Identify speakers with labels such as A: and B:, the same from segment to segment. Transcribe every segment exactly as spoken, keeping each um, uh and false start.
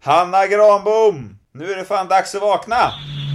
A: Hanna Granbom! Nu är det fan dags att vakna!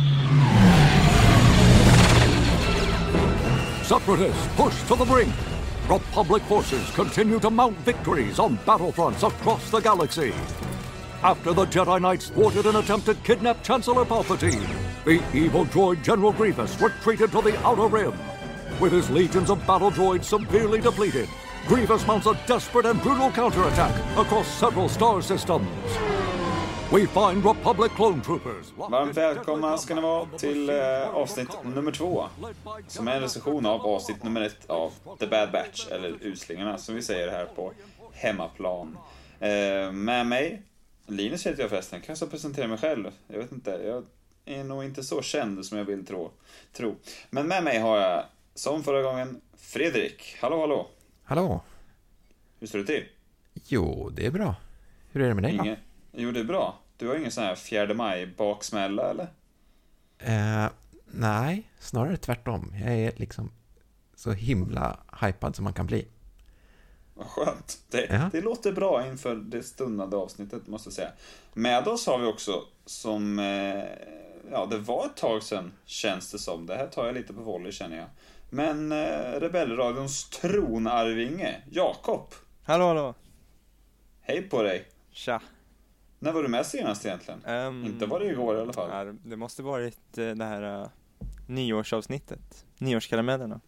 B: Separatists push to the brink. Republic forces continue to mount victories on battlefronts across the galaxy. After the Jedi Knights thwarted an attempt to kidnap Chancellor Palpatine, the evil droid General Grievous retreated to the Outer Rim. With his legions of battle droids severely depleted, Grievous mounts a desperate and brutal counterattack across several star systems. We find Republic clone troopers.
A: Varmt välkomna ska ni vara till eh, avsnitt nummer två, som är en recension av avsnitt nummer ett av The Bad Batch, eller Uslingarna som vi säger här på hemmaplan. Eh, med mig, Linus heter jag förresten, kanske presentera mig själv, jag vet inte, jag är nog inte så känd som jag vill tro. tro. Men med mig har jag, som förra gången, Fredrik. Hallå, hallå.
C: Hallå.
A: Hur står det till?
C: Jo, det är bra. Hur är det med dig?
A: Inge... Jo, det är bra. Du har ingen sån här fjärde maj baksmälla, eller?
C: Eh, nej, snarare tvärtom. Jag är liksom så himla hypad som man kan bli.
A: Vad skönt. Det,
C: ja.
A: det låter bra inför det stundande avsnittet, måste jag säga. Med oss har vi också, som... Eh, ja, det var ett tag sedan, känns det som. Det här tar jag lite på volley, känner jag. Men eh, Rebellradions tronarvinge, Jakob.
D: Hallå, hallå.
A: Hej på dig.
D: Tja.
A: När var du med senast egentligen?
D: Um,
A: Inte var det igår i alla fall.
D: Ja, det måste varit uh, det här uh, nyårsavsnittet. Nyårskaramellerna.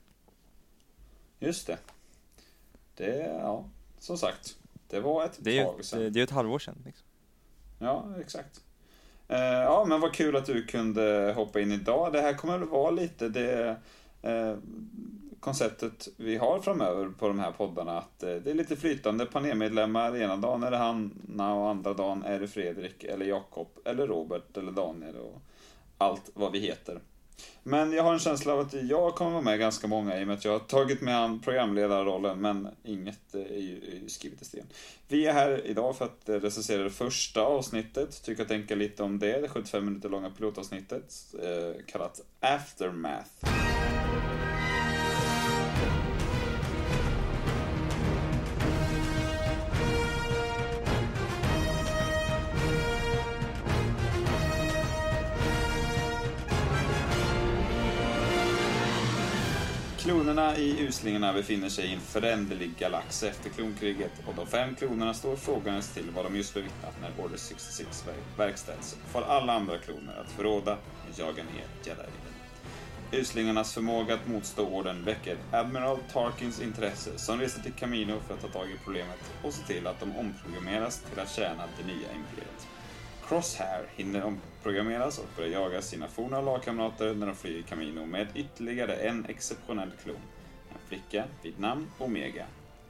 A: Just det. Det, ja, som sagt. Det var ett
D: det är
A: tag
D: ett,
A: sedan.
D: Det, det är ett halvår sedan. Liksom.
A: Ja, exakt. Uh, ja, men vad kul att du kunde hoppa in idag. Det här kommer väl vara lite det... Uh, konceptet vi har framöver på de här poddarna, att eh, det är lite flytande panelmedlemmar. Ena dagen är det Hanna och andra dagen är det Fredrik eller Jakob eller Robert eller Daniel och allt vad vi heter. Men jag har en känsla av att jag kommer vara med ganska många i och med att jag har tagit med han programledarrollen, men inget är ju, är ju skrivet i sten. Vi är här idag för att recensera det första avsnittet, tycka och tänka lite om det, det sjuttiofem minuter långa pilotavsnittet eh, kallat Aftermath. Klonerna i Uslingarna befinner sig i en föränderlig galax efter klonkriget, och de fem klonerna står frågandes till vad de just bevittnat när Order sextiosex verkställs, får alla andra kloner att förråda och jaga ner Jedi. Uslingarnas förmåga att motstå orden väcker Admiral Tarkins intresse, som reser till Kamino för att ta tag i problemet och se till att de omprogrammeras till att tjäna det nya imperiet. Crosshair hinner omprogrammeras och börjar jaga sina forna lagkamrater när de flyr Kamino med ytterligare en exceptionell klon. En flicka vid namn Omega.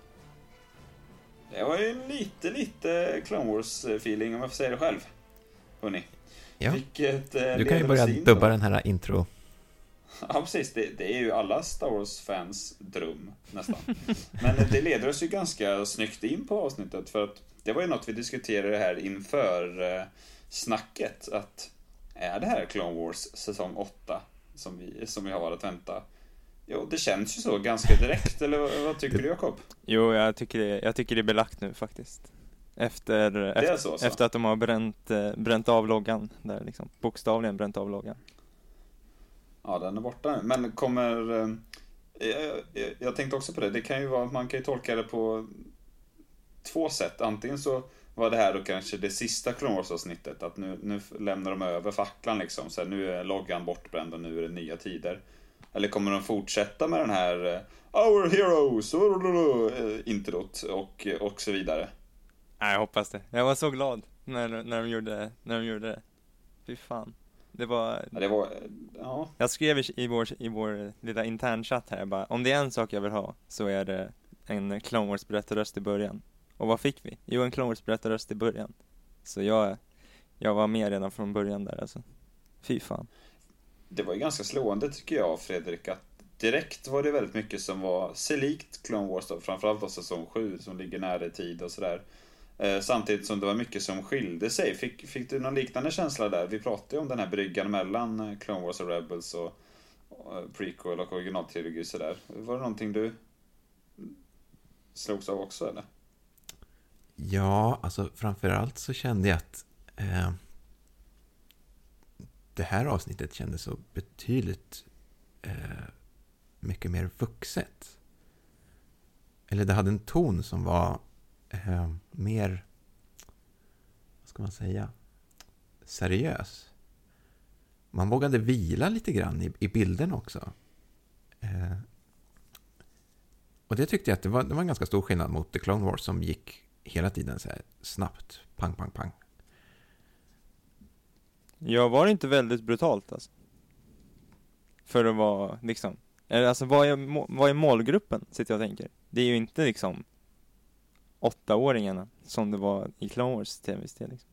A: Det var ju lite, lite Clone Wars-feeling om jag får säga det själv. Hörrni.
C: Ja.
A: Vilket, eh,
C: du kan ju börja dubba den här intro.
A: Ja, precis. Det, det är ju alla Star Wars-fans dröm, nästan. Men det leder oss ju ganska snyggt in på avsnittet, för att det var ju något vi diskuterade här inför eh, snacket, att är det här Clone Wars säsong åtta som vi, som vi har att vänta? Jo, det känns ju så ganska direkt, eller vad, vad tycker du, Jakob?
D: Jo, jag tycker, det, jag tycker det är belagt nu faktiskt. Efter, efter,
A: så, så.
D: efter att de har bränt, eh, bränt av loggan, där liksom, bokstavligen bränt av loggan.
A: Ja, den är borta nu. Men kommer... Eh, jag, jag, jag tänkte också på det. Det kan ju vara att man kan ju tolka det på två sätt. Antingen så var det här då kanske det sista Clone Wars-avsnittet. Att nu, nu lämnar de över facklan liksom. Så här, nu är loggan bortbränd och nu är det nya tider. Eller kommer de fortsätta med den här uh, Our Heroes, uh, introt och, och så vidare?
D: Nej, jag hoppas det. Jag var så glad när, när, de, gjorde, när de gjorde det. Fy fan. Det var,
A: ja, det var ja.
D: Jag skrev i vår, i vår lilla internchatt här bara, om det är en sak jag vill ha så är det en Clone Wars berättarröst i början. Och vad fick vi? Jo, en Clone Wars berättarröst i början. Så jag, jag var med redan från början där alltså. Fy fan. Det
A: var ju ganska slående tycker jag, Fredrik, att direkt var det väldigt mycket som var sig likt Clone Wars då, framförallt av säsong sju som ligger nära i tid och sådär. Eh, samtidigt som det var mycket som skilde sig. Fick, fick du någon liknande känsla där? Vi pratade ju om den här bryggan mellan Clone Wars och Rebels och, och prequel och originaltrilogi sådär. Var det någonting du slogs av också, eller?
C: Ja, alltså framförallt så kände jag att eh, det här avsnittet kändes så betydligt eh, mycket mer vuxet. Eller det hade en ton som var eh, mer, vad ska man säga, seriös. Man vågade vila lite grann i, i bilden också. Eh, och det tyckte jag att det var, det var en ganska stor skillnad mot The Clone Wars som gick hela tiden så här snabbt. Pang, pang, pang.
D: Jag var inte väldigt brutalt alltså. För att vara liksom, eller alltså vad är, vad är målgruppen, sitter jag och tänker. Det är ju inte liksom åttaåringarna som det var i Clone Wars tv-spel liksom.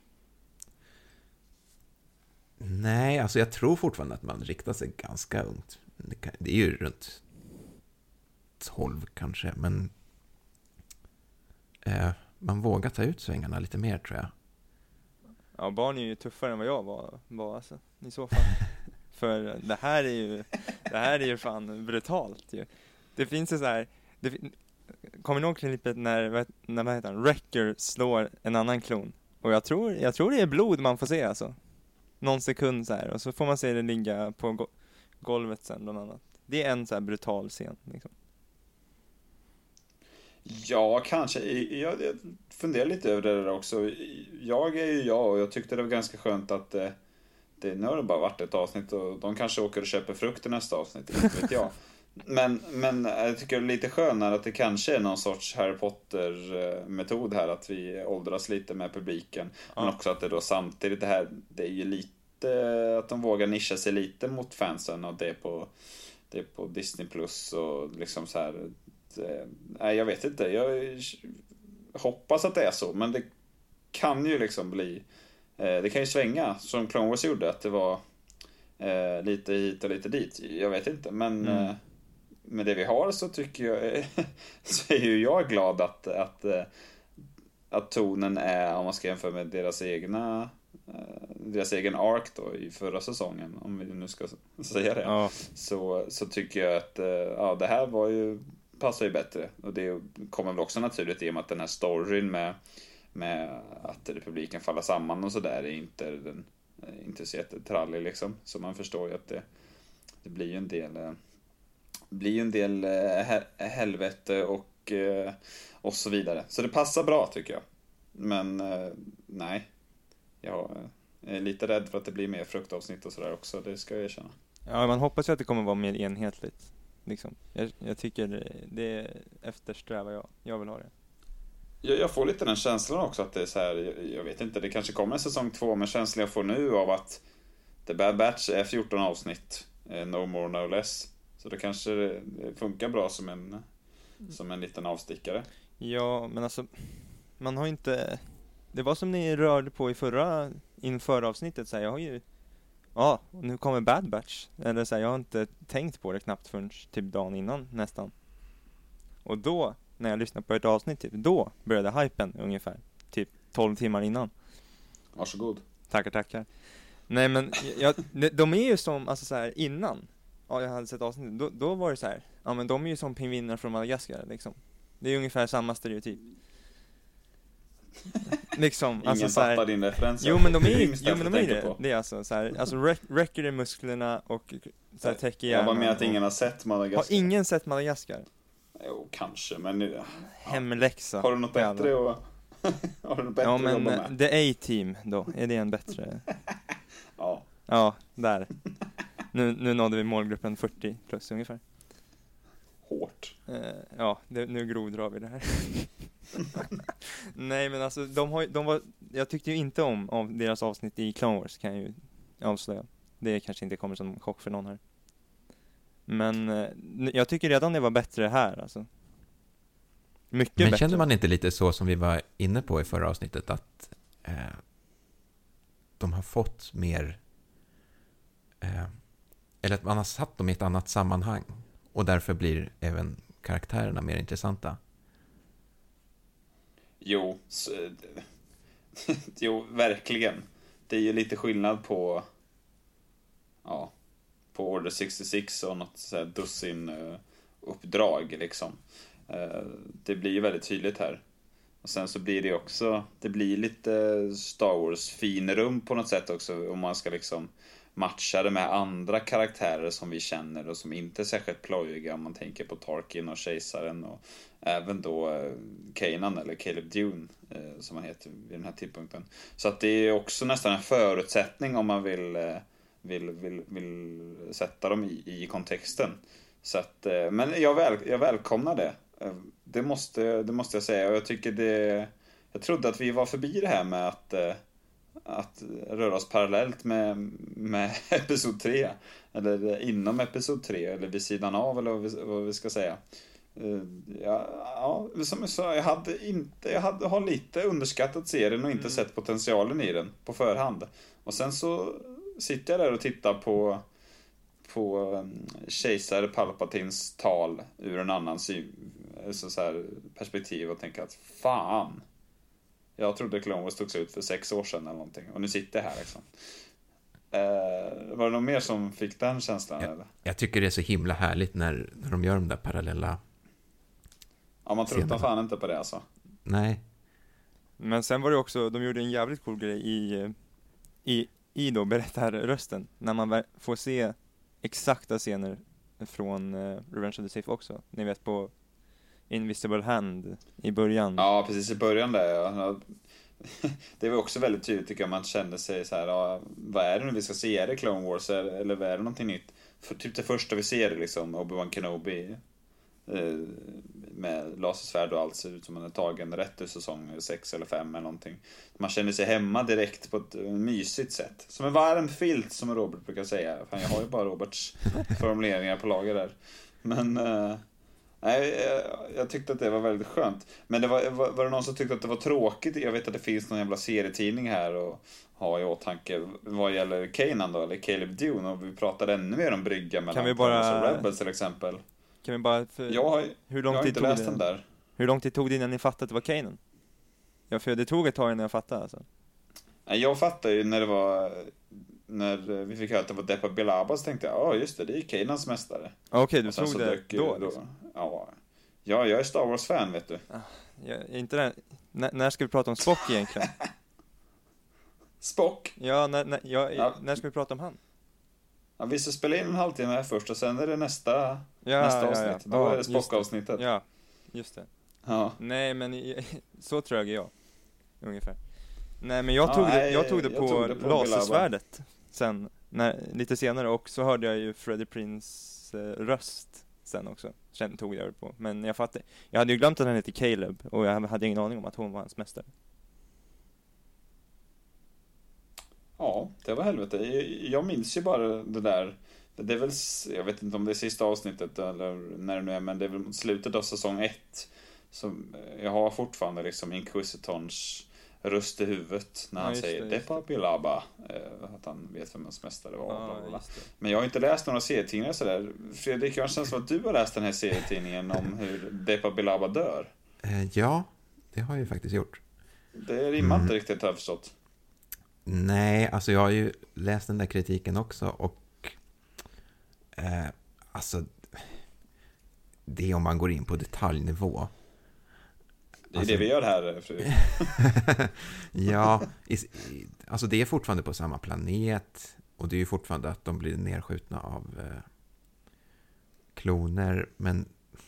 C: Nej, alltså jag tror fortfarande att man riktar sig ganska ungt. Det, kan, det är ju runt tolv kanske, men eh, man vågar ta ut svängarna lite mer, tror jag.
D: Ja, barn är ju tuffare än vad jag var, var alltså, i så fall. För det här är ju, det här är ju fan brutalt ju. Det finns ju så här, det, kommer ni ihåg klippet när, när vad heter han, Wrecker slår en annan klon? Och jag tror, jag tror det är blod man får se alltså. Någon sekund så här, och så får man se det ligga på go- golvet sen bland annat. Det är en så här brutal scen liksom.
A: Ja, kanske. Jag, jag funderar lite över det där också. Jag är ju jag och jag tyckte det var ganska skönt att det, det nu har det bara varit ett avsnitt och de kanske åker och köper frukt i nästa avsnitt, inte vet jag. Men, men jag tycker det är lite skönare att det kanske är någon sorts Harry Potter-metod här, att vi åldras lite med publiken. Ja. Men också att det då samtidigt, det här, det är ju lite att de vågar nischa sig lite mot fansen, och det är på, det är på Disney Plus och liksom så här. Nej, jag vet inte. Jag hoppas att det är så, men det kan ju liksom bli, det kan ju svänga som Clone Wars gjorde, att det var eh, lite hit och lite dit. Jag vet inte, men mm. eh, med det vi har så tycker jag så är ju jag glad att att, att tonen är, om man ska jämföra med deras egna deras egen arc då i förra säsongen, om vi nu ska säga det. Ja. Så, så tycker jag att ja, det här var ju, passar ju bättre, och det kommer väl också naturligt i och med att den här storyn med, med att republiken faller samman och sådär är inte den, inte så jättetrallig liksom, så man förstår ju att det, det blir ju en del blir ju en del helvete och och så vidare, så det passar bra tycker jag, men nej, jag är lite rädd för att det blir mer fruktavsnitt och sådär också, det ska jag erkänna.
D: Ja, man hoppas ju att det kommer vara mer enhetligt liksom. Jag, jag tycker det, det eftersträvar jag. Jag vill ha det.
A: Jag, jag får lite den känslan också att det är så här, jag, jag vet inte, det kanske kommer en säsong två, men känslan jag får nu av att The Bad Batch är fjorton avsnitt, no more no less. Så det kanske det funkar bra som en som en liten avstickare.
D: Ja, men alltså man har inte, det var som ni rörde på i förra inför avsnittet, så här, jag har ju ja, nu kommer Bad Batch. Eller så här, jag har inte tänkt på det knappt förrän typ dagen innan nästan. Och då, när jag lyssnade på ett avsnitt typ, då började hypen ungefär. Typ tolv timmar innan.
A: Varsågod.
D: Tackar, tackar. Nej men, jag, de är ju som, alltså så här, innan ja, jag hade sett avsnitt, då, då var det så här, ja men de är ju som pingviner från Madagaskar liksom. Det är ungefär samma stereotyp. Liksom,
A: ingen
D: alltså,
A: fattar
D: här,
A: din referens.
D: Jo men de är ju, jo men de är det. Det är alltså så här, alltså räcker det musklerna och så här täcker hjärnan.
A: Jag var med att ingen har sett Madagaskar.
D: Har ingen sett Madagaskar?
A: Jo, kanske, men nu ja.
D: Hemläxa.
A: Har du något bättre och har du något bättre
D: ja, men
A: att jobba med?
D: The A-Team då, är det en bättre?
A: Ja.
D: Ja, där. Nu, nu nådde vi målgruppen fyrtio plus ungefär.
A: Hårt.
D: Uh, ja, det, nu grovdrar vi det här. Nej men alltså de har, de var, jag tyckte ju inte om av deras avsnitt i Clone Wars, kan jag ju avslöja. Det kanske inte kommer som chock för någon här. Men uh, jag tycker redan det var bättre här alltså. Mycket
C: men
D: bättre.
C: Känner man inte lite så som vi var inne på i förra avsnittet, att eh, de har fått mer eh, eller att man har satt dem i ett annat sammanhang och därför blir även karaktärerna mer intressanta?
A: Jo, så, jo, verkligen. Det är ju lite skillnad på ja, på Order sextiosex och något så här dussin uh, uppdrag liksom. Uh, det blir ju väldigt tydligt här. Och sen så blir det också, det blir lite Star Wars finrum på något sätt också, om man ska liksom matcha det med andra karaktärer som vi känner och som inte är särskilt plojiga, om man tänker på Tarkin och Kejsaren och även då eh, Kanan eller Caleb Dune eh, som han heter vid den här tidpunkten. Så att det är också nästan en förutsättning om man vill eh, vill, vill, vill sätta dem i, i kontexten. Så att, eh, men jag, väl, jag välkomnar det. Eh, det måste, det måste jag säga, och jag tycker det, jag trodde att vi var förbi det här med att eh, att röra oss parallellt med, med episod tre, eller inom episod tre, eller vid sidan av, eller vad vi, vad vi ska säga. Uh, ja, ja, som jag sa, jag hade inte, jag hade, har lite underskattat serien och inte mm. sett potentialen i den på förhand. Och sen så sitter jag där och tittar på på um, kejsare Palpatines tal ur en annan syn, så, så här, perspektiv, och tänker att fan, jag trodde Clone Wars togs ut för sex år sedan eller någonting. Och nu sitter jag här liksom. Eh, var det någon mer som fick den känslan?
C: Jag,
A: eller?
C: jag tycker det är så himla härligt när, när de gör de där parallella.
A: Ja, man tröttnar fan inte på det alltså.
C: Nej.
D: Men sen var det också, de gjorde en jävligt cool grej i, i, i då berättarrösten. När man får se exakta scener från uh, Revenge of the Sith också. Ni vet på Invisible Hand i början.
A: Ja, precis i början där. Ja. Det var också väldigt tydligt tycker jag. Man kände sig så här, ja, vad är det nu vi ska se? Är det Clone Wars eller vad är det någonting nytt? För typ det första vi ser liksom, Obi-Wan Kenobi eh, med lasersvärd och allt ser ut som man är tagen rätt ur säsong sex eller fem eller någonting. Man känner sig hemma direkt på ett mysigt sätt. Som en varm filt, som Robert brukar säga. Fan, jag har ju bara Roberts formuleringar på lager där. Men... Eh, Nej, jag, jag tyckte att det var väldigt skönt. Men det var, var, var det någon som tyckte att det var tråkigt? Jag vet att det finns någon jävla serietidning här och ha i åtanke vad gäller Kanan då, eller Caleb Dune, och vi pratade ännu mer om brygga mellan
D: kan vi bara,
A: och Rebels till exempel.
D: Kan vi bara, för,
A: jag har,
D: hur lång
A: jag har
D: tid
A: inte
D: tog
A: läst
D: det,
A: den där.
D: Hur lång tid tog det innan ni fattade att det var Kanan? Ja, för det tog ett tag innan jag fattade alltså.
A: Jag fattade ju när det var, när vi fick höra att det var Depa Billaba, så tänkte jag, ja just det, det är Kanans mästare.
D: Okej, okay, du tog det
A: dök,
D: då,
A: då
D: liksom.
A: Ja, ja, jag är Star Wars-fan, vet du.
D: Jag är inte där. N- när ska vi prata om Spock egentligen?
A: Spock?
D: Ja, när, när, ja,
A: ja,
D: när ska vi prata om han?
A: Ja, vi ska spela in en halvtimme här först och sen är det nästa,
D: ja,
A: nästa
D: ja,
A: avsnitt.
D: ja.
A: Då
D: ja,
A: är det Spock-avsnittet.
D: Ja, just det.
A: Ja.
D: Nej, men så trög är jag. Ungefär. Nej, men jag tog,
A: ja,
D: det,
A: nej,
D: jag tog det
A: jag
D: på,
A: tog det på
D: lasersvärdet sen, när, lite senare, och så hörde jag ju Freddie Prinze eh, röst sen också. Sen tog jag det på. Men jag fattade, jag hade ju glömt att han heter Caleb, och jag hade ingen aning om att hon var hans mästare.
A: Ja, det var helvete. Jag minns ju bara det där. Det är väl, jag vet inte om det är sista avsnittet eller när det nu är, men det är väl mot slutet av säsong ett. Så jag har fortfarande liksom Inquisitons röst i huvudet när
D: ja,
A: han säger Depa Billaba, att han vet vem hans mästare var.
D: Ja,
A: bla bla. Men jag har inte läst några serietidningar sådär. Fredrik, jag känns som att du har läst den här serietidningen om hur Depa Billaba dör.
C: Eh, ja, det har jag ju faktiskt gjort.
A: Det rimmar
C: Mm.
A: inte riktigt, har jag förstått.
C: Nej, alltså jag har ju läst den där kritiken också, och eh, alltså det är om man går in på detaljnivå.
A: Det är
C: alltså,
A: det vi gör här, Fredrik.
C: ja, i, i, alltså det är fortfarande på samma planet, och det är ju fortfarande att de blir nedskjutna av eh, kloner, men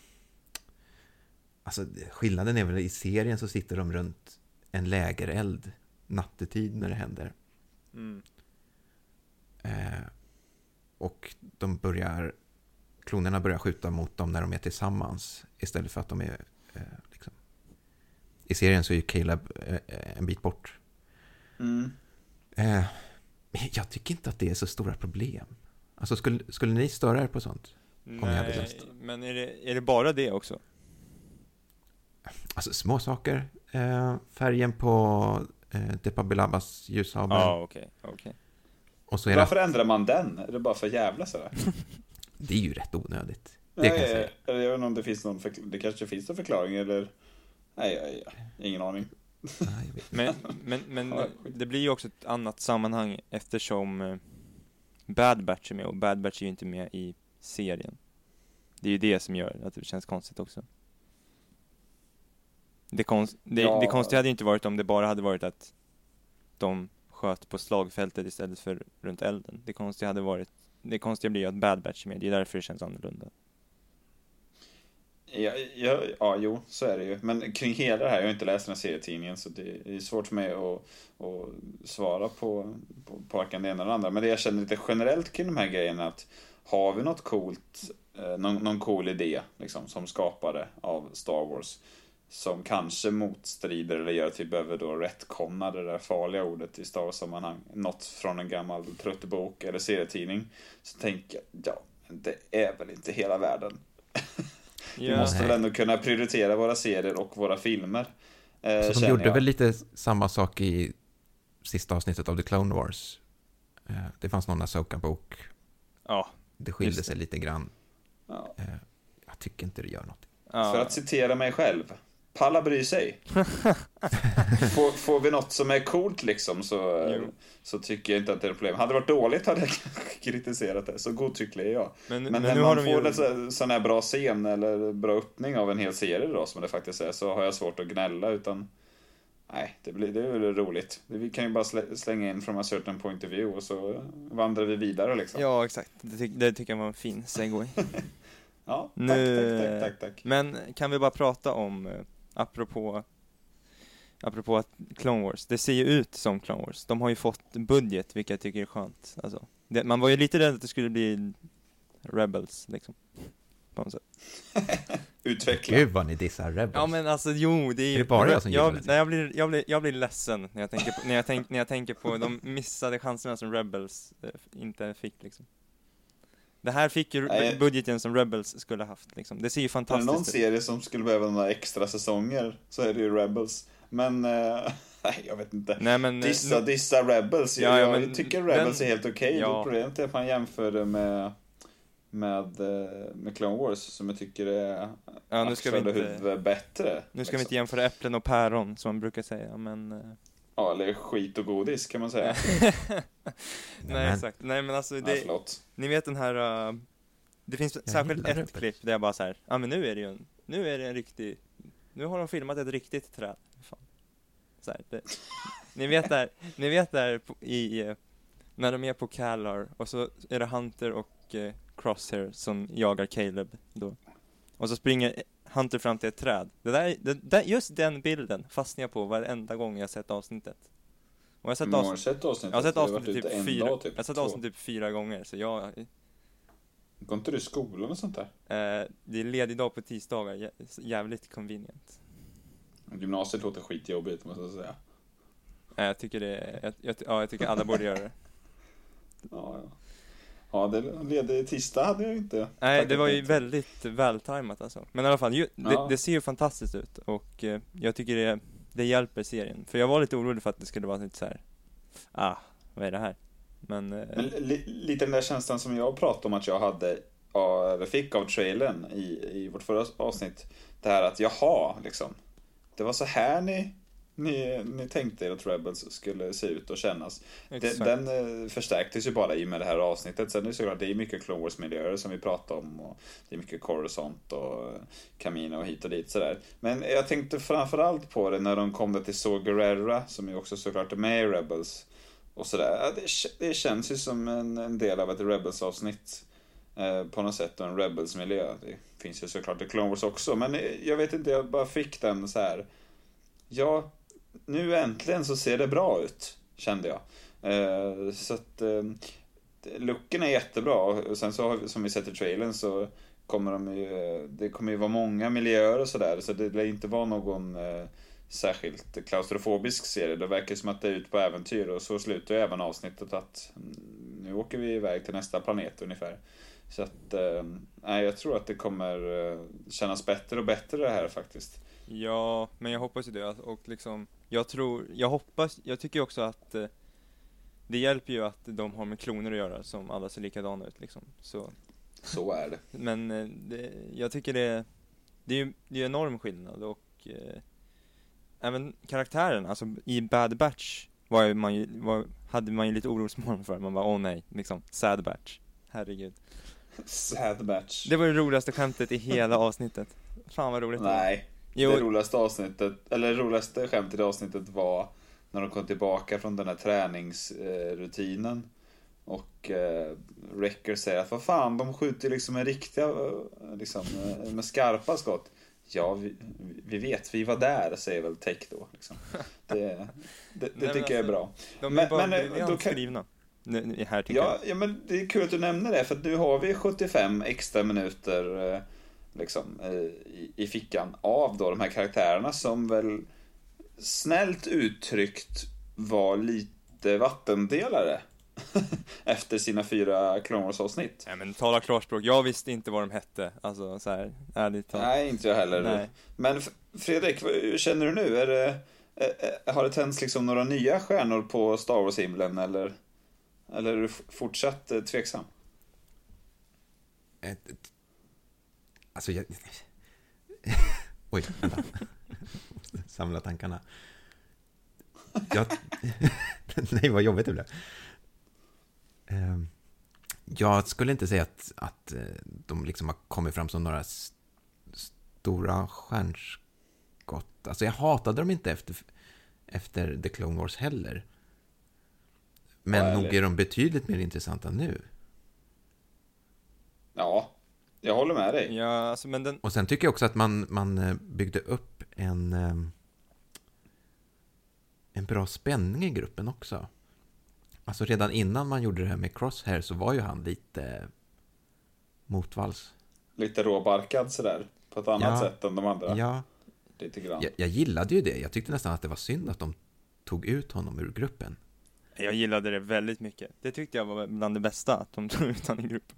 C: alltså skillnaden är väl i serien så sitter de runt en lägereld nattetid när det händer.
D: Mm.
C: Eh, och de börjar, klonerna börjar skjuta mot dem när de är tillsammans istället för att de är eh, liksom. I serien så är ju Caleb eh, en bit bort.
A: Mm.
C: Eh, jag tycker inte att det är så stora problem. Alltså skulle, skulle ni störa er på sånt?
D: Nej, men är det, är det bara det också?
C: Alltså små saker. Eh, färgen på eh, Depa Billabas ljushabel.
D: Ja, okej, okay, okej.
C: Okay.
A: Varför ändrar man den? Är det bara för jävla sådär?
C: Det är ju rätt onödigt. Det
A: Nej,
C: kan jag säga.
A: Jag vet inte om det finns någon förkl- det kanske finns någon förklaring eller nej, nej, nej. Ingen aning.
C: Nej, jag vet.
D: Men, men, men
A: Ja,
D: det blir ju också ett annat sammanhang eftersom eh, Bad Batch är med, och Bad Batch är ju inte med i serien. Det är ju det som gör att det känns konstigt också. Det, konst, det,
A: Ja.
D: det konstiga hade ju inte varit om det bara hade varit att de sköt på slagfältet istället för runt elden. Det konstiga hade varit, det konstiga blir ju att Bad Batch är med. Det är därför det känns annorlunda.
A: Ja, ja, ja, jo, så är det ju. Men kring hela det här, jag har inte läst den här serietidningen, så det är svårt för mig att, att svara på, på, på varken det ena eller andra. Men det jag känner lite generellt kring de här grejerna, att har vi något coolt, eh, någon, någon cool idé liksom, som skapare av Star Wars, som kanske motstrider eller gör att vi behöver då retconna det där farliga ordet i Star Wars-sammanhang, något från en gammal truttebok eller serietidning, så tänker jag, ja, det är väl inte hela världen. Vi
D: Ja.
A: måste väl ändå kunna prioritera våra serier och våra filmer. Eh,
C: Så de
A: känner
C: gjorde
A: jag.
C: väl lite samma sak i sista avsnittet av The Clone Wars. Eh, Det fanns någon Ahsoka-bok.
D: Ja.
C: Det skilde
D: Just det.
C: sig lite grann.
A: Ja.
C: Eh, Jag tycker inte det gör något.
D: ja.
A: För att citera mig själv, palla bry sig. får, får vi något som är coolt liksom, så,
D: Jo.
A: så tycker jag inte att det är ett problem. Hade det varit dåligt hade jag kanske kritiserat det. Så godtycklig är jag.
D: Men,
A: Men,
D: men,
A: när
D: nu har
A: man
D: de
A: får
D: ju...
A: en så- sån här bra scen eller bra öppning av en hel serie då, som det faktiskt är, så har jag svårt att gnälla, utan nej, det, blir, det är väl roligt. Vi kan ju bara slä, slänga in from a certain point of view och så vandrar vi vidare liksom.
D: Ja, exakt. Det, ty- det tycker jag var en fin segway.
A: Ja, tack,
D: Nu-
A: tack, tack, tack, tack.
D: Men kan vi bara prata om, eh, apropå, apropå att Clone Wars, det ser ju ut som Clone Wars. De har ju fått budget, vilket jag tycker är skönt. Alltså, det, man var ju lite rädd att det skulle bli Rebels, liksom. På något sätt.
A: Utveckla.
C: Gud vad ni dissar Rebels.
D: Ja men alltså jo, det är ju...
C: Är det bara jag som gillar det?
D: Nej, jag blir, jag blir, jag blir ledsen när jag tänker på, när jag tänk, när jag tänker på de missade chanserna som Rebels eh, inte fick, liksom. Det här fick ju
A: Nej.
D: budgeten som Rebels skulle haft, liksom. Det ser ju
A: Är det
D: fantastiskt
A: någon
D: ut.
A: serie som skulle behöva några extra säsonger, så är det ju Rebels. Men, eh, nej jag vet inte.
D: Nej men... eh,
A: Dissa,
D: nu-
A: dissa Rebels.
D: Ja,
A: jag
D: ja, men
A: tycker Rebels
D: den-
A: är helt okej.
D: ja.
A: Okay. Problemet är att man jämför det med, med, eh, med Clone Wars, som jag tycker är
D: Ja, nu ska vi
A: axlar och
D: inte-
A: huvud bättre.
D: Nu ska vi
A: liksom.
D: inte jämföra äpplen och päron, som man brukar säga, men... eh,
A: Ja, eller skit och godis kan man säga.
D: Nej,
C: Nämen.
D: exakt. Nej, men alltså,
A: Det...
D: det,
A: Ja, förlåt.
D: ni vet den här... Uh, det finns
C: Jag
D: särskilt
C: gillar
D: ett
C: Rebels.
D: klipp där jag bara så här, ja ah, men nu är det ju en, nu är det en riktig, nu har de filmat ett riktigt träd. Fan. Så här, det, ni vet där, ni vet där på, i, eh, när de är på Kalar, och så är det Hunter och eh, Crosshair som jagar Caleb då. Och så springer Hunter fram till ett träd. Det där, det, där, just den bilden fastnar jag på varenda gång jag sett avsnittet. Och jag har sett,
A: Hur många har
D: avsnitt,
A: sett avsnittet?
D: jag har sett
A: Det har varit
D: avsnittet
A: ute
D: typ
A: en
D: fyra,
A: dag, typ.
D: jag har sett
A: Två.
D: avsnittet typ fyra gånger, så jag...
A: Går inte du i skolan och sånt där?
D: Eh, det är ledig dag på tisdagar, jä- jävligt convenient.
A: Gymnasiet låter skitjobbigt, måste jag säga.
D: Eh, jag tycker det är, jag, jag, ja, jag tycker alla borde göra det.
A: Ja, ja. Ja, det ledig tisdag hade jag inte.
D: Nej,
A: tackat
D: det var ju
A: nej till.
D: väldigt vältajmat alltså. Men i alla fall, ju, det,
A: Ja.
D: det ser ju fantastiskt ut, och eh, jag tycker det, det hjälper serien. För jag var lite orolig för att det skulle vara lite så här. Ah, vad är det här? Men, eh,
A: Men li, lite den där känslan som jag pratade om att jag hade, ja, eller fick av trailern i, i vårt förra avsnitt. Det här att, jaha, liksom. Det var så här ni, ni, ni tänkte er att Rebels skulle se ut och kännas. Den,
D: exakt.
A: den eh, förstärktes ju bara i med det här avsnittet. Sen är det såklart, det är mycket Clone Wars-miljöer som vi pratar om. Och det är mycket Coruscant och Camino och hit och dit sådär. Men jag tänkte framförallt på det när de kom till Saw Gerrera, som ju också såklart är med i Rebels. Och sådär. Ja, det, det känns ju som en, en del av ett Rebels-avsnitt. Eh, på något sätt, och en Rebels-miljö. Det finns ju såklart i Clone Wars också. Men jag vet inte, jag bara fick den så här. Ja, nu äntligen så ser det bra ut, kände jag. Eh, så att eh, looken är jättebra. Och sen så har vi, som vi sett i trailern, så kommer de ju, det kommer ju vara många miljöer och sådär. Så det lär inte vara någon eh, särskilt klaustrofobisk serie. Det verkar som att det är ut på äventyr. Och så slutar ju även avsnittet att mm, nu åker vi iväg till nästa planet ungefär. Så att, eh, nej, jag tror att det kommer eh, kännas bättre och bättre det här faktiskt.
D: Ja, men jag hoppas ju det, och liksom, jag tror, jag hoppas, jag tycker också att eh, det hjälper ju att de har med kloner att göra som alla ser likadana ut, liksom. Så,
A: Så är det.
D: men eh, det, jag tycker det, det är ju det är enorm skillnad, och eh, även karaktären, alltså i Bad Batch var ju man ju, var, hade man ju lite orosmoln för, man bara, åh nej, liksom, Sad Batch, herregud.
A: Sad Batch.
D: Det var det roligaste skämtet i hela avsnittet. Fan vad roligt det var.
A: Nej,
D: Jo.
A: Det roligaste avsnittet, eller det roligaste skämtet i avsnittet var när de kom tillbaka från den här träningsrutinen. Och eh, Wrecker säger att vad fan, de skjuter liksom med riktiga, liksom, med skarpa skott. Ja, vi, vi vet, vi var där, säger väl Tech då. Liksom. Det, det, det
D: Nej,
A: tycker jag är bra.
D: De är
A: Men-
D: bara
A: men,
D: men,
A: då kan-
D: skrivna. Nu, här tycker
A: Ja, ja, men det är kul att du nämner det, för att nu har vi sjuttiofem extra minuter eh, liksom, eh, i, i fickan av då de här karaktärerna som väl snällt uttryckt var lite vattendelare efter sina fyra Clone Wars-avsnitt.
D: jag. Ja, men tala klarspråk. Jag visste inte vad de hette. Alltså så här, ärligt talat.
A: Nej, inte jag heller.
D: Nej.
A: Men F- Fredrik, vad- hur känner du nu? Är det, eh, eh, har det tänts liksom några nya stjärnor på Star Wars-himlen, eller, eller är du f- fortsatt eh, tveksam?
C: Ett, ett, alltså jag... Oj, vänta. Måste samla tankarna. Jag... Nej, vad jobbigt det blev. Ehm, Jag skulle inte säga att, att eh, de liksom har kommit fram som några s- stora stjärnskott. Alltså jag hatade dem inte efter, efter The Clone Wars heller. Men
A: Ja,
C: nog
A: eller-
C: är de betydligt mer intressanta nu.
A: Ja, jag håller med dig.
D: Ja, alltså men den...
C: Och sen tycker jag också att man, man eh, byggde upp en, eh, en bra spänning i gruppen också. Alltså redan innan man gjorde det här med Crosshair så var ju han lite motvalls.
A: Lite råbarkad sådär, på ett annat
C: Ja.
A: sätt än de andra.
C: Ja,
A: Lite grann.
C: jag, jag gillade ju det. Jag tyckte nästan att det var synd att de tog ut honom ur gruppen.
D: Jag gillade det väldigt mycket. Det tyckte jag var bland det bästa, att de tog ut han i gruppen.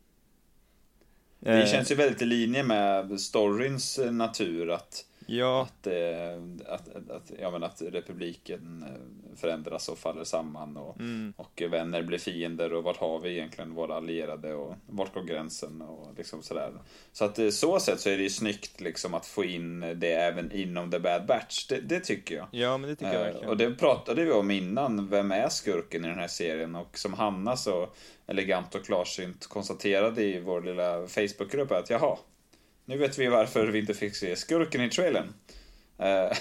A: Det
D: Eh,
A: känns ju väldigt i linje med storyns eh, natur att,
D: Ja,
A: att, eh, att, att, att, ja, men att republiken eh, förändras och faller samman och,
D: mm.
A: och vänner blir fiender och vart har vi egentligen våra allierade och vart går gränsen och liksom sådär. Så att eh, så sätt så är det ju snyggt liksom att få in det även inom The Bad Batch. Det, det tycker jag.
D: Ja, men det tycker jag
A: Eh,
D: verkligen.
A: och det pratade vi om innan, vem är skurken i den här serien, och som Hanna så elegant och klarsynt konstaterade i vår lilla Facebookgrupp att jaha, nu vet vi varför vi inte fick se skurken i trailern. Eh,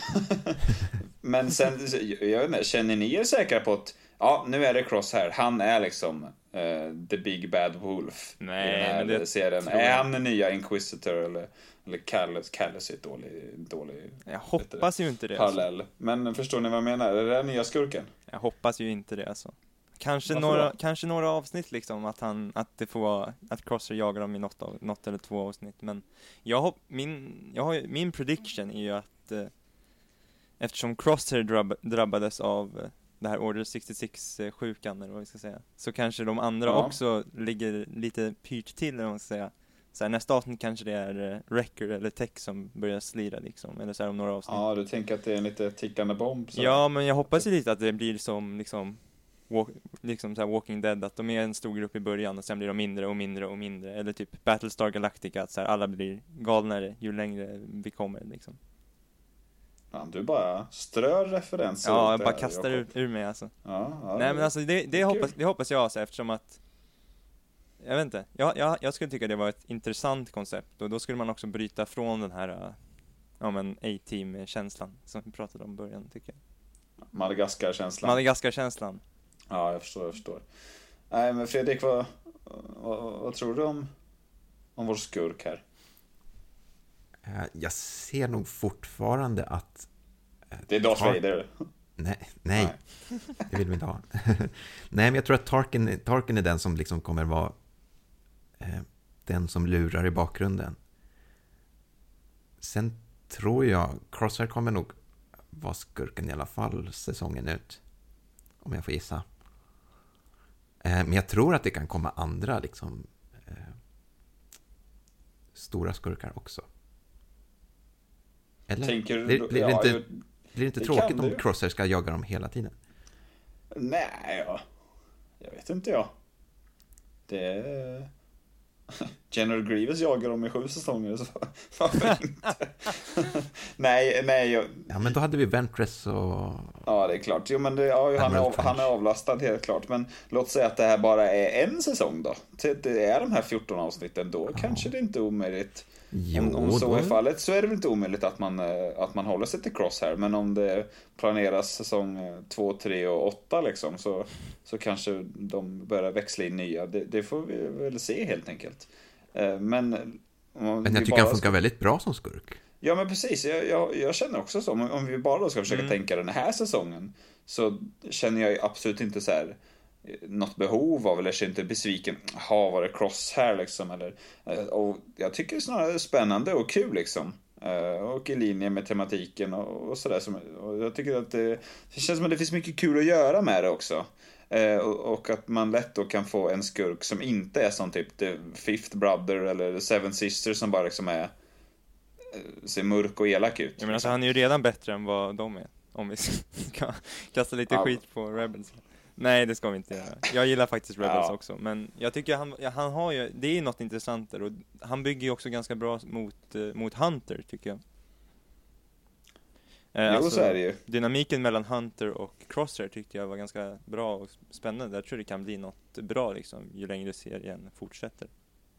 A: Men sen, jag vet inte, känner ni er säkra på att ja, nu är det Crosshair, han är liksom eh, the big bad wolf
D: Nej,
A: i den här
D: men det
A: serien.
D: tror jag.
A: Är han den nya Inquisitor eller, eller Callus? Callus är ett dålig, dålig
D: Jag hoppas ju inte det. Alltså.
A: parallell. Men förstår ni vad jag menar? Är det den nya skurken?
D: Jag hoppas ju inte det alltså. Kanske
A: Varför
D: några,
A: då?
D: kanske några avsnitt liksom, att han, att det får vara, att Crosser jagar dem i något, av, något eller två avsnitt. Men jag hopp, min, jag har, ju- min prediction är ju att eh, eftersom Crosshair drabb, drabbades av eh, det här Order sextiosex-sjukan, eller vad vi ska säga, så kanske de andra
A: Ja.
D: också ligger lite pyrt till, eller vad man ska säga. Så här, nästa avsnitt kanske det är eh, Wrecker eller Tech som börjar slira liksom, eller så här om några avsnitt.
A: Ja, du tänker att det är en lite tickande bomb? Så.
D: Ja, men jag hoppas ju lite att det blir som liksom, walk, liksom så här Walking Dead, att de är en stor grupp i början och sen blir de mindre och mindre och mindre. Eller typ Battlestar Galactica, att så här, alla blir galnare ju längre vi kommer liksom.
A: Ja, du bara strör referenser.
D: Ja,
A: ut
D: jag
A: det
D: bara
A: här,
D: kastar
A: Jakob.
D: ur, ur mig alltså.
A: Ja, ja,
D: Nej men alltså det, det,
A: kul.
D: hoppas, det hoppas jag alltså, eftersom att jag vet inte, jag, jag, jag skulle tycka det var ett intressant koncept, och då skulle man också bryta från den här äh, ja men A-team-känslan som vi pratade om i början, tycker jag.
A: Madagaskar-känslan.
D: Madagaskar-känslan.
A: Ja, jag förstår, jag förstår. Nej, men Fredrik, vad, vad, vad tror du om, om vår skurk här?
C: Eh, Jag ser nog fortfarande att... eh,
A: Det är Darth
C: Tar-
A: Vader.
C: Nej, nej, det vill vi inte ha. Nej, men jag tror att Tarkin, Tarkin är den som liksom kommer vara eh, den som lurar i bakgrunden. Sen tror jag Crosshair kommer nog vara skurken i alla fall säsongen ut. Om jag får gissa. Eh, men jag tror att det kan komma andra liksom eh, stora skurkar också. Eller?
A: Tänker du...
C: Blir, blir,
A: ja,
C: det inte,
A: jag-
C: blir det inte
A: det
C: tråkigt
A: kan
C: om
A: du.
C: Crosshair ska jaga dem hela tiden?
A: Nej, ja. Jag vet inte jag. Det är... General Grievous jagar dem i sju säsonger, så varför inte? nej, nej. Jag...
C: Ja, men då hade vi Ventress och...
A: Ja, det är klart. Jo, men det, ja, han, är av, han är avlastad helt klart. Men låt säga att det här bara är en säsong då. Det är de här fjorton avsnitten då. Ja. Kanske det inte är omöjligt.
C: Jo,
A: om, om så
C: då...
A: är fallet så är det väl inte omöjligt att man, att man håller sig till Crosshair. Men om det planeras säsong två, tre och åtta liksom, så, så kanske de börjar växla in nya. Det, det får vi väl se helt enkelt. Men,
C: men jag tycker han funkar ska... väldigt bra som skurk.
A: Ja, men precis. Jag, jag, jag känner också så. Om, om vi bara då ska försöka mm. tänka den här säsongen, så känner jag absolut inte så här något behov av, eller känner inte besviken. Ha, var det Crosshair liksom, eller, och jag tycker snarare det är spännande och kul liksom, och i linje med tematiken och, och sådär. Och jag tycker att det, det känns som att det finns mycket kul att göra med det också. Och, och att man lätt då kan få en skurk som inte är som typ The Fifth Brother eller The Seven Sisters, som bara liksom är, ser mörk och elak ut.
D: Jag menar, alltså, han är ju redan bättre än vad de är, om vi ska kasta lite ja. skit på Rebels. Nej, det ska vi inte göra. Jag gillar faktiskt Rebels ja. också, men jag tycker han, ja, han har ju, det är något intressant där, och han bygger ju också ganska bra mot, eh, mot Hunter, tycker jag. Eh,
A: jo,
D: alltså,
A: så är det ju.
D: Dynamiken mellan Hunter och Crosshair tyckte jag var ganska bra och spännande. Jag tror det kan bli något bra liksom, ju längre serien fortsätter.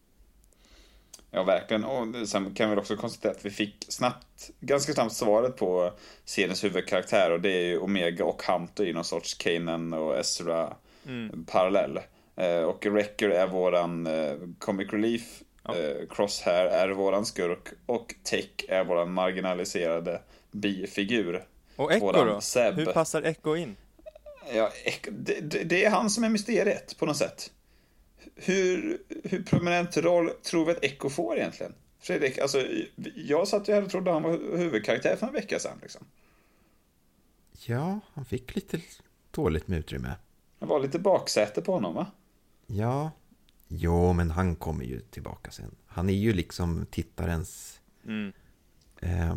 A: Ja, verkligen. Och sen kan vi också konstatera att vi fick snabbt, ganska snabbt svaret på seriens huvudkaraktär, och det är ju Omega och Hunter i någon sorts Kanan och Ezra mm. parallell. Eh, och Wrecker är våran eh, comic relief, ja. eh, Crosshair är våran skurk, och Tech är våran marginaliserade bifigur.
D: Och Echo då? Seb. Hur passar Echo in?
A: Ja, det, det, det är han som är mysteriet på något sätt. Hur, hur prominent roll tror vi att Echo får egentligen? Fredrik, alltså, jag satt ju här och trodde han var huvudkaraktär för en vecka sedan liksom.
C: Ja, han fick lite dåligt med utrymme.
A: Det var lite baksäte på honom, va?
C: Ja, jo, men han kommer ju tillbaka sen. Han är ju liksom tittarens mm. eh,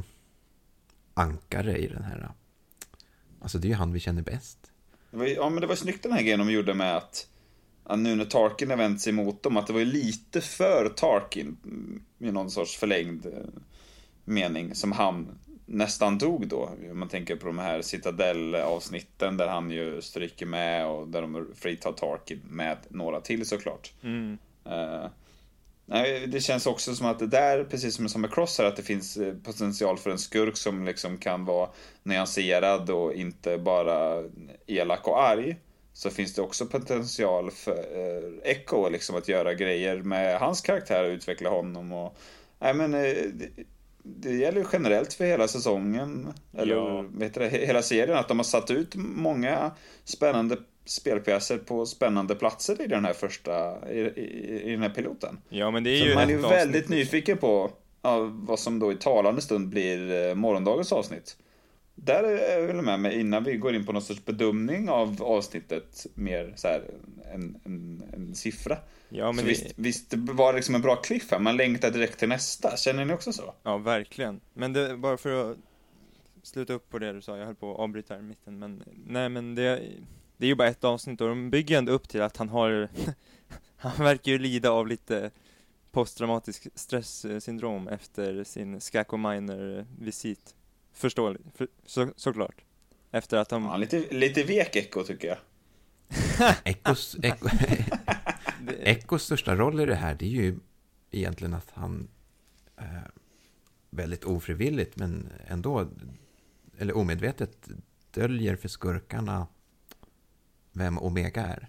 C: ankare i den här. Alltså det är ju han vi känner bäst.
A: Det var, ja, men det var snyggt den här grejen de gjorde med att nu när Tarkin har vänt sig mot dem, att det var lite för Tarkin i någon sorts förlängd mening som han nästan dog då. Man tänker på de här Citadel-avsnitten där han ju stryker med, och där de fritar Tarkin med några till såklart. Mm. Uh, nej, det känns också som att det där, precis som med Cross här, att det finns potential för en skurk som liksom kan vara nyanserad och inte bara elak och arg. Så finns det också potential för eh, Echo liksom, att göra grejer med hans karaktär och utveckla honom. Och, nej, men, eh, det, det gäller ju generellt för hela säsongen, eller ja. vet du det, hela serien, att de har satt ut många spännande spelpjäser på spännande platser i den här första, i, i, i den här piloten.
D: Ja, men det är
A: så
D: ju
A: man är ju väldigt nyfiken på ja, vad som då i talande stund blir eh, morgondagens avsnitt. Där är jag väl med mig innan vi går in på någon sorts bedömning av avsnittet, mer så här en, en, en siffra. Ja, men så det... visst, visst, det var liksom en bra cliff här. Man längtar direkt till nästa. Känner ni också så?
D: Ja, verkligen. Men det, bara för att sluta upp på det du sa, jag höll på att avbryta här i mitten. Men nej, men det, det är ju bara ett avsnitt, och de bygger ändå upp till att han har han verkar ju lida av lite posttraumatisk stresssyndrom efter sin Skako Minor-visit. Förståeligt, för, så, såklart. Efter att de...
A: Ja, lite, lite vek Echo tycker jag.
C: Echos, Echo, Echos största roll i det här, det är ju egentligen att han eh, väldigt ofrivilligt, men ändå, eller omedvetet, döljer för skurkarna vem Omega är.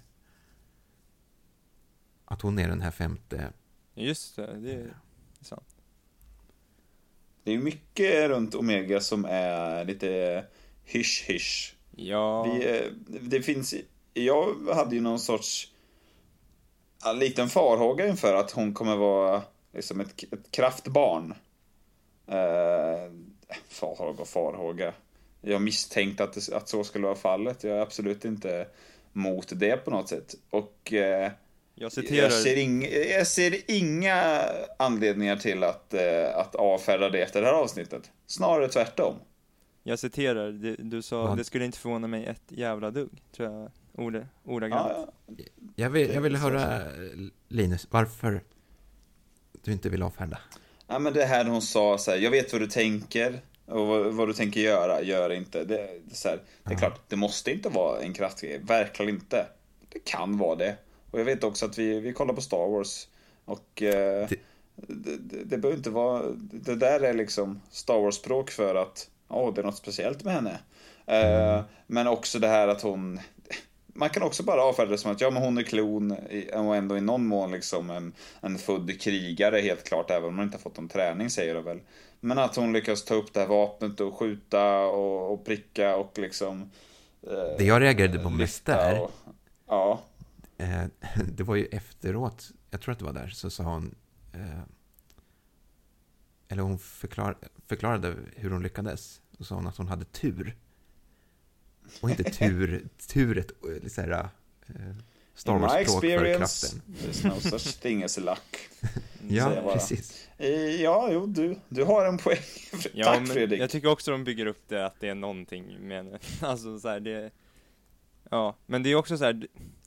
C: Att hon är den här femte.
D: Just det, det är sant.
A: Det är mycket runt Omega som är lite hysch-hysch.
D: Ja.
A: Vi, det finns, jag hade ju någon sorts en liten farhåga inför att hon kommer vara liksom ett, ett kraftbarn. Eh, farhåga och farhåga. Jag misstänkte att, det, att så skulle vara fallet. Jag är absolut inte mot det på något sätt. Och... Eh,
D: Jag, citerar...
A: jag, ser inga, jag ser inga anledningar till att, eh, att avfärda det efter det här avsnittet. Snarare tvärtom.
D: Jag citerar, du, du sa ja. Det skulle inte förvåna mig ett jävla dugg, tror jag, ord, ordagrant. Ja,
C: ja. Jag vill, jag vill höra, Linus, varför du inte vill avfärda.
A: Ja, men det här hon sa så här, jag vet vad du tänker. Och vad, vad du tänker göra, gör inte. Det, det, är, så här, det är klart, det måste inte vara en kraftgrej. Verkligen inte. Det kan vara det. Och jag vet också att vi, vi kollar på Star Wars. Och eh, det... Det, det, det behöver inte vara. Det där är liksom Star Wars-språk för att åh, det är något speciellt med henne. Mm. eh, Men också det här att hon, man kan också bara avfärda det som att ja, men hon är klon och ändå i någon mån liksom en, en född krigare, helt klart, även om hon inte har fått någon träning, säger det väl. Men att hon lyckas ta upp det här vapnet och skjuta och, och pricka och liksom eh,
C: det jag reagerade på mest där
A: och, ja.
C: eh, det var ju efteråt, jag tror att det var där, så sa hon eh, eller hon förklar, förklarade hur hon lyckades, och sa hon att hon hade tur. Och inte tur, tur ett så här, eh, Star Wars-språk för kraften.
A: There's no such thing as luck.
C: Ja, precis.
A: Ja, jo, du, du har en poäng.
D: Ja,
A: tack,
D: men
A: Fredrik.
D: jag tycker också de bygger upp det att det är någonting med, alltså så här, det, ja, men det är också så här,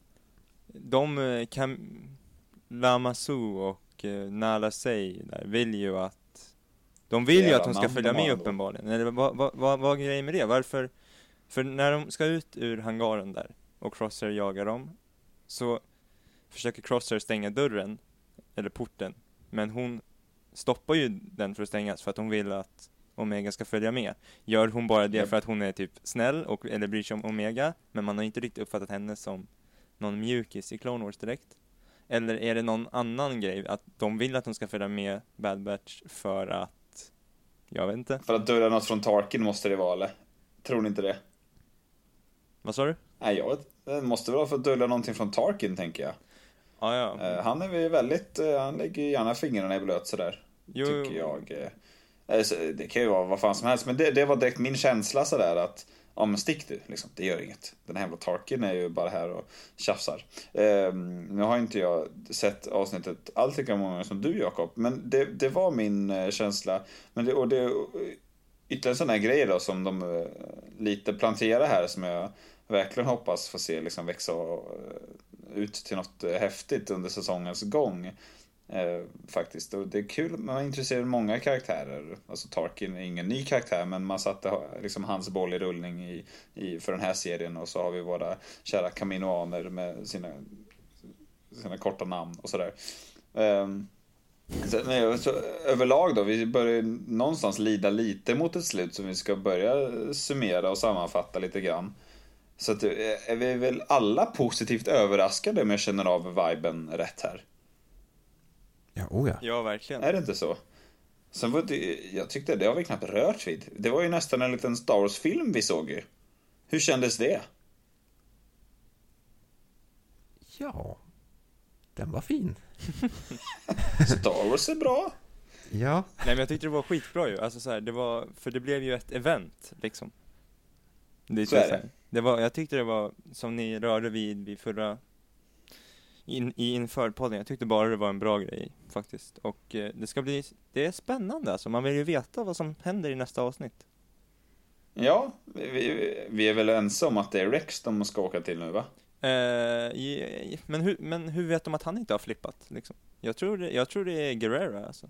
D: de kan, Lama Su och uh, Nala Say där vill ju att de vill ju att hon ska följa med uppenbarligen. Eller vad, vad, vad, vad är grejen med det? Varför? För när de ska ut ur hangaren där och Crosshair jagar dem, så försöker Crosshair stänga dörren eller porten, men hon stoppar ju den för att stängas för att hon vill att Omega ska följa med. Gör hon bara det för att hon är typ snäll och, eller bryr sig om Omega, men man har inte riktigt uppfattat henne som någon mjukis i Clone Wars direkt? Eller är det någon annan grej, att de vill att hon ska följa med Bad Batch för att, jag vet inte.
A: För att dölja något från Tarkin måste det vara, eller? Tror ni inte det?
D: Vad sa du?
A: Nej, jag vet. Det måste vara för att dölja någonting från Tarkin, tänker jag.
D: Ah, ja.
A: uh, Han är väl väldigt, uh, han lägger gärna fingrarna i blöt sådär. Jo. Tycker jag. Uh, alltså, det kan ju vara vad fan som helst, men det, det var direkt min känsla sådär att ja, men stick du, liksom. Det gör inget. Den här jävla Tarkin är ju bara här och tjafsar. Um, nu har inte jag sett avsnittet allt lika många som du, Jakob, men det, det var min uh, känsla. Men det, och det ytterligare sådana här grejer då, som de uh, lite planterar här, som jag verkligen hoppas få se liksom växa uh, ut till något uh, häftigt under säsongens gång. Eh, faktiskt, och det är kul, man är intresserad av många karaktärer. Alltså Tarkin är ingen ny karaktär, men man satte liksom hans boll i rullning i, i, för den här serien. Och så har vi våra kära kaminoaner med sina, sina korta namn och sådär. eh, så, men, så, överlag då, vi börjar någonstans lida lite mot ett slut som vi ska börja summera och sammanfatta lite grann. Så att, är vi väl alla positivt överraskade, om jag känner av viben rätt här.
C: Ja, oh ja.
D: Ja, verkligen.
A: Är det inte så? Sen var det, jag tyckte det har vi knappt rört vid. Det var ju nästan en liten Star Wars-film vi såg ju. Hur kändes det?
C: Ja, den var fin.
A: Star Wars är bra.
C: Ja.
D: Nej, men jag tyckte det var skitbra ju. Alltså så här, det var, för det blev ju ett event liksom. Det
A: så är det.
D: Det var, jag tyckte det var, som ni rörde vid vid förra in, i inför podden, jag tyckte bara det var en bra grej faktiskt. Och eh, det ska bli, det är spännande alltså. Man vill ju veta vad som händer i nästa avsnitt.
A: Ja, vi, vi är väl ensamma om att det är Rex de ska åka till nu, va?
D: Eh, i, men, hur, men hur vet de att han inte har flippat liksom? Jag tror det, jag tror det är Guerrera alltså.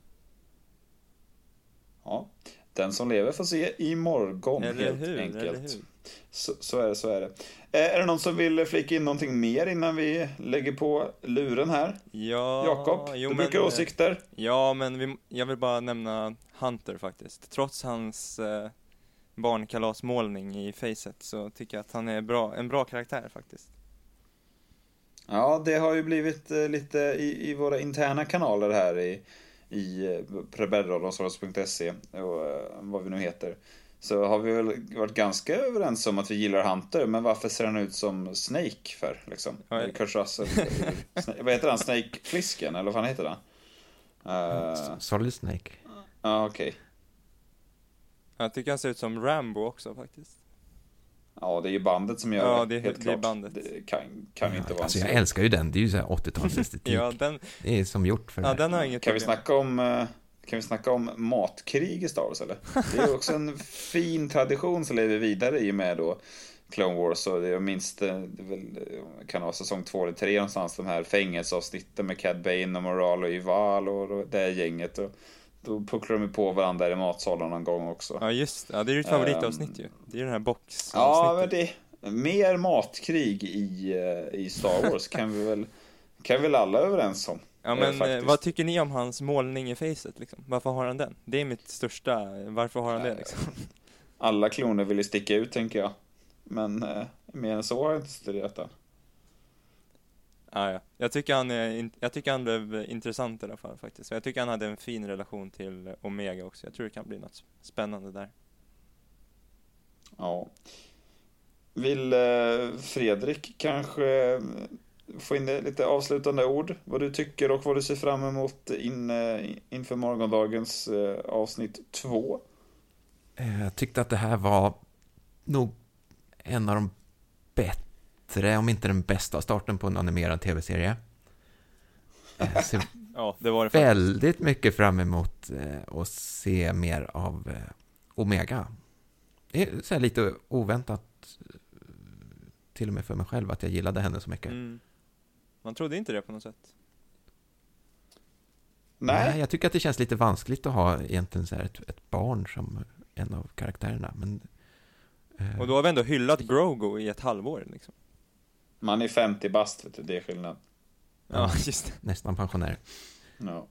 A: Ja, den som lever får se imorgon,
D: eller
A: helt
D: hur,
A: enkelt.
D: eller hur?
A: Så, så är det, så är det. Eh, är det någon som vill flika in någonting mer innan vi lägger på luren här?
D: Ja,
A: Jakob,
D: jo,
A: du
D: men,
A: brukar åsikter.
D: Ja, men vi, jag vill bara nämna Hunter faktiskt. Trots hans eh, barnkalasmålning i facet så tycker jag att han är bra, en bra karaktär faktiskt.
A: Ja, det har ju blivit eh, lite i, i våra interna kanaler här i, i eh, rebellradion punkt se och eh, vad vi nu heter. Så har vi väl varit ganska överens om att vi gillar Hunter, men varför ser han ut som Snake för, liksom?
D: Ja,
A: Kurt Russell, Snake, vad heter han? Snake-flisken, eller vad fan heter han? Uh,
C: Solid Snake.
A: Ja, ah, okej. Okay.
D: Jag tycker han ser ut som Rambo också faktiskt.
A: Ja, det är ju bandet som gör
D: ja,
A: det,
D: det,
A: helt
D: det
A: klart.
D: Är bandet.
A: Det kan, kan
C: ja,
A: inte vara
C: alltså
A: en
C: jag älskar ju den, det är ju så här åttiotalsestetik.
D: Ja, den...
C: Det är som gjort för
D: ja,
C: det här.
D: Den har inget
A: kan vi
D: problem.
A: snacka om... Kan vi snacka om matkrig i Star Wars, eller? Det är också en fin tradition som lever vidare i och med då Clone Wars. Och jag minns det, det väl, kan vara säsong två eller tre någonstans, de här fängelseavsnitten med Cad Bane och Moral och Ival och det här gänget. Och då pucklar de på varandra i matsalen någon gång också.
D: Ja just ja, det är ju ett favoritavsnitt um, ju. Det är ju den här box.
A: Ja, men det mer matkrig i, i Star Wars kan vi väl kan vi väl alla överens om.
D: Ja, men eh, vad tycker ni om hans målning i facet liksom? Varför har han den? Det är mitt största, varför har han det liksom?
A: Alla kloner vill sticka ut, tänker jag. Men eh, mer än så har jag inte studerat den.
D: Ah, ja. Jag tycker han är, jag tycker han blev intressant i alla fall faktiskt. Jag tycker han hade en fin relation till Omega också. Jag tror det kan bli något spännande där.
A: Ja. Vill eh, Fredrik kanske få in lite avslutande ord? Vad du tycker och vad du ser fram emot in, eh, inför morgondagens eh, avsnitt två?
C: Jag tyckte att det här var nog en av de bättre, om inte den bästa starten på en animerad tv-serie. Jag ser
D: ja, det var det
C: väldigt faktiskt. mycket fram emot eh, att se mer av eh, Omega. Det är så här lite oväntat till och med för mig själv att jag gillade henne så mycket.
D: Mm. Man trodde inte det på något sätt.
A: Nej.
C: Nej, jag tycker att det känns lite vanskligt att ha egentligen så här ett, ett barn som en av karaktärerna. Men, eh,
D: och då har vi ändå hyllat Grogu i ett halvår liksom.
A: Man är femtio bast, vet du, det är skillnad.
D: Ja, just det.
C: Nästan pensionär.
A: Ja.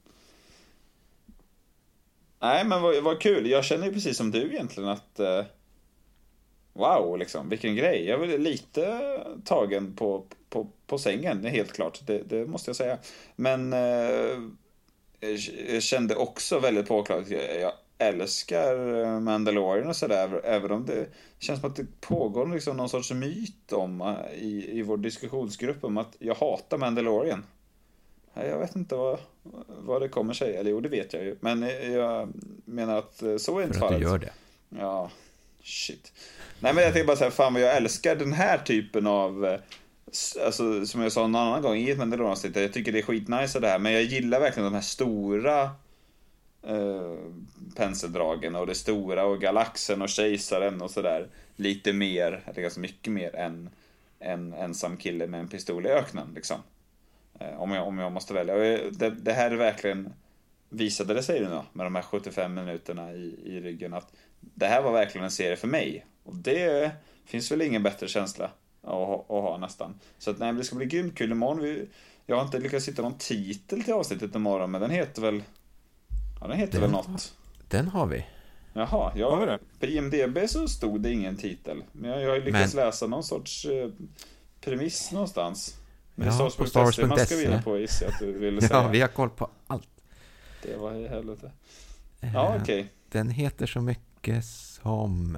A: Nej, men vad, vad kul. Jag känner ju precis som du egentligen att eh, wow, liksom, vilken grej. Jag är lite tagen på, på, på sängen, det är helt klart. Det, det måste jag säga. Men eh, jag kände också väldigt påklart. Jag, jag älskar Mandalorian och sådär. Även om det känns som att det pågår liksom någon sorts myt om i, i vår diskussionsgrupp om att jag hatar Mandalorian. Jag vet inte vad, vad det kommer sig. Eller jo, det vet jag ju. Men jag menar att så är inte fallet.
C: För att du gör det.
A: Ja, shit. Nej, men jag tänker bara så här, fan vad jag älskar den här typen av, alltså som jag sa en annan gång i ett Mandalorian-avsnitt, jag tycker det är skitnice det här, men jag gillar verkligen de här stora eh, penseldragen och det stora och galaxen och kejsaren och sådär lite mer, eller ganska mycket mer än en ensam kille med en pistol i öknen liksom. Eh, om, jag, om jag måste välja. Det, det här är verkligen, visade det sig nu med de här sjuttiofem minuterna i, i ryggen att det här var verkligen en serie för mig. Och det finns väl ingen bättre känsla att ha, att ha nästan. Så att nej, det ska bli grymt kul imorgon. Vi, jag har inte lyckats hitta någon titel till avsnittet imorgon, men den heter väl ja, den heter den, väl något.
C: Den har vi.
A: Jaha, jag, har vi det? På I M D B så stod det ingen titel. Men jag, jag har lyckats men... läsa någon sorts eh, premiss någonstans. Men
C: ja,
A: på Star Wars punkt se man ska vinna på gissa att du ville säga.
C: Ja, vi har koll på allt.
A: Det var i helvete. Ja, okej. Okay.
C: Den heter så mycket som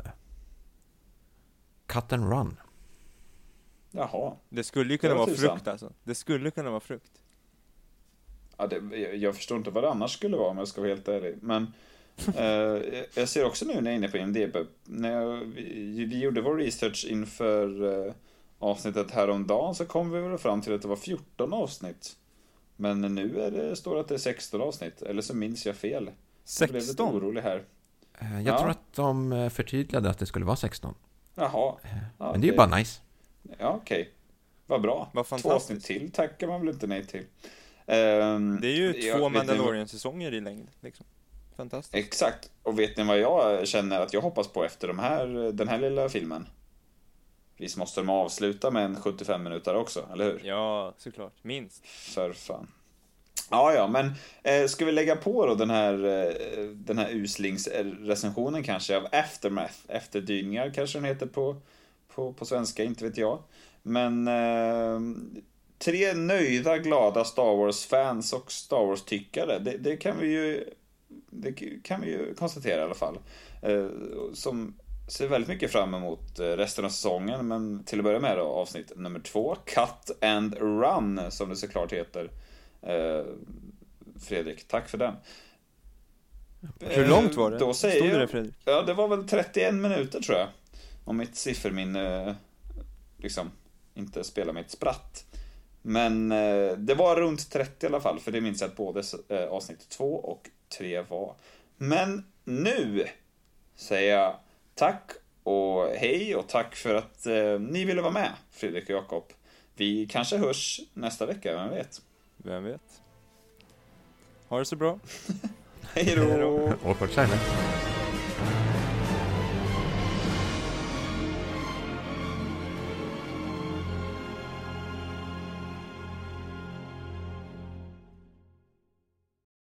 C: Cut and Run.
A: Jaha.
D: Det skulle ju kunna vara frukt alltså. Det skulle kunna vara frukt.
A: Ja, det, jag, jag förstår inte vad det annars skulle vara om jag ska vara helt ärlig. Men eh, jag ser också nu när jag är inne på I M D B. När jag, vi, vi gjorde vår research inför eh, avsnittet häromdagen så kom vi väl fram till att det var fjorton avsnitt. Men nu är det, står det att det är sexton avsnitt. Eller så minns jag fel.
D: sexton?
A: Jag blev lite orolig här.
C: Jag ja. tror att de förtydligade att det skulle vara sexton.
A: Jaha. Ja,
C: men det är ju bara nice.
A: Ja, okej. Okay. Vad bra.
D: Vad
A: två avsnitt till tackar man väl inte nej till. Um,
D: det är ju två Mandalorian-säsonger i längd. Liksom. Fantastiskt.
A: Exakt. Och vet ni vad jag känner att jag hoppas på efter de här, den här lilla filmen? Visst måste de avsluta med en sjuttiofem minuter också, eller hur?
D: Ja, såklart. Minst.
A: För fan. Ja, ja, men eh, ska vi lägga på då den här, eh, den här uslingsrecensionen kanske av Aftermath, efterdyningar kanske den heter på, på, på svenska, inte vet jag. Men eh, tre nöjda, glada Star Wars-fans och Star Wars-tyckare, det, det kan vi ju det kan vi ju konstatera i alla fall. Eh, som ser väldigt mycket fram emot resten av säsongen, men till att börja med då, avsnitt nummer två, Cut and Run, som det såklart heter. Eh, Fredrik, tack för den.
D: Hur långt var det?
A: Då säger
D: Stod det,
A: jag,
D: Fredrik?
A: Ja, det var väl trettioen minuter tror jag. Om mitt sifferminne liksom inte spelar med ett spratt. Men eh, det var runt trettio i alla fall, för det minns jag att både eh, avsnitt två och tre var. Men nu säger jag tack och hej och tack för att eh, ni ville vara med, Fredrik och Jakob. Vi kanske hörs nästa vecka, vem vet?
D: Vem vet? Ha det så bra.
A: Hej då!
C: Awkward silence.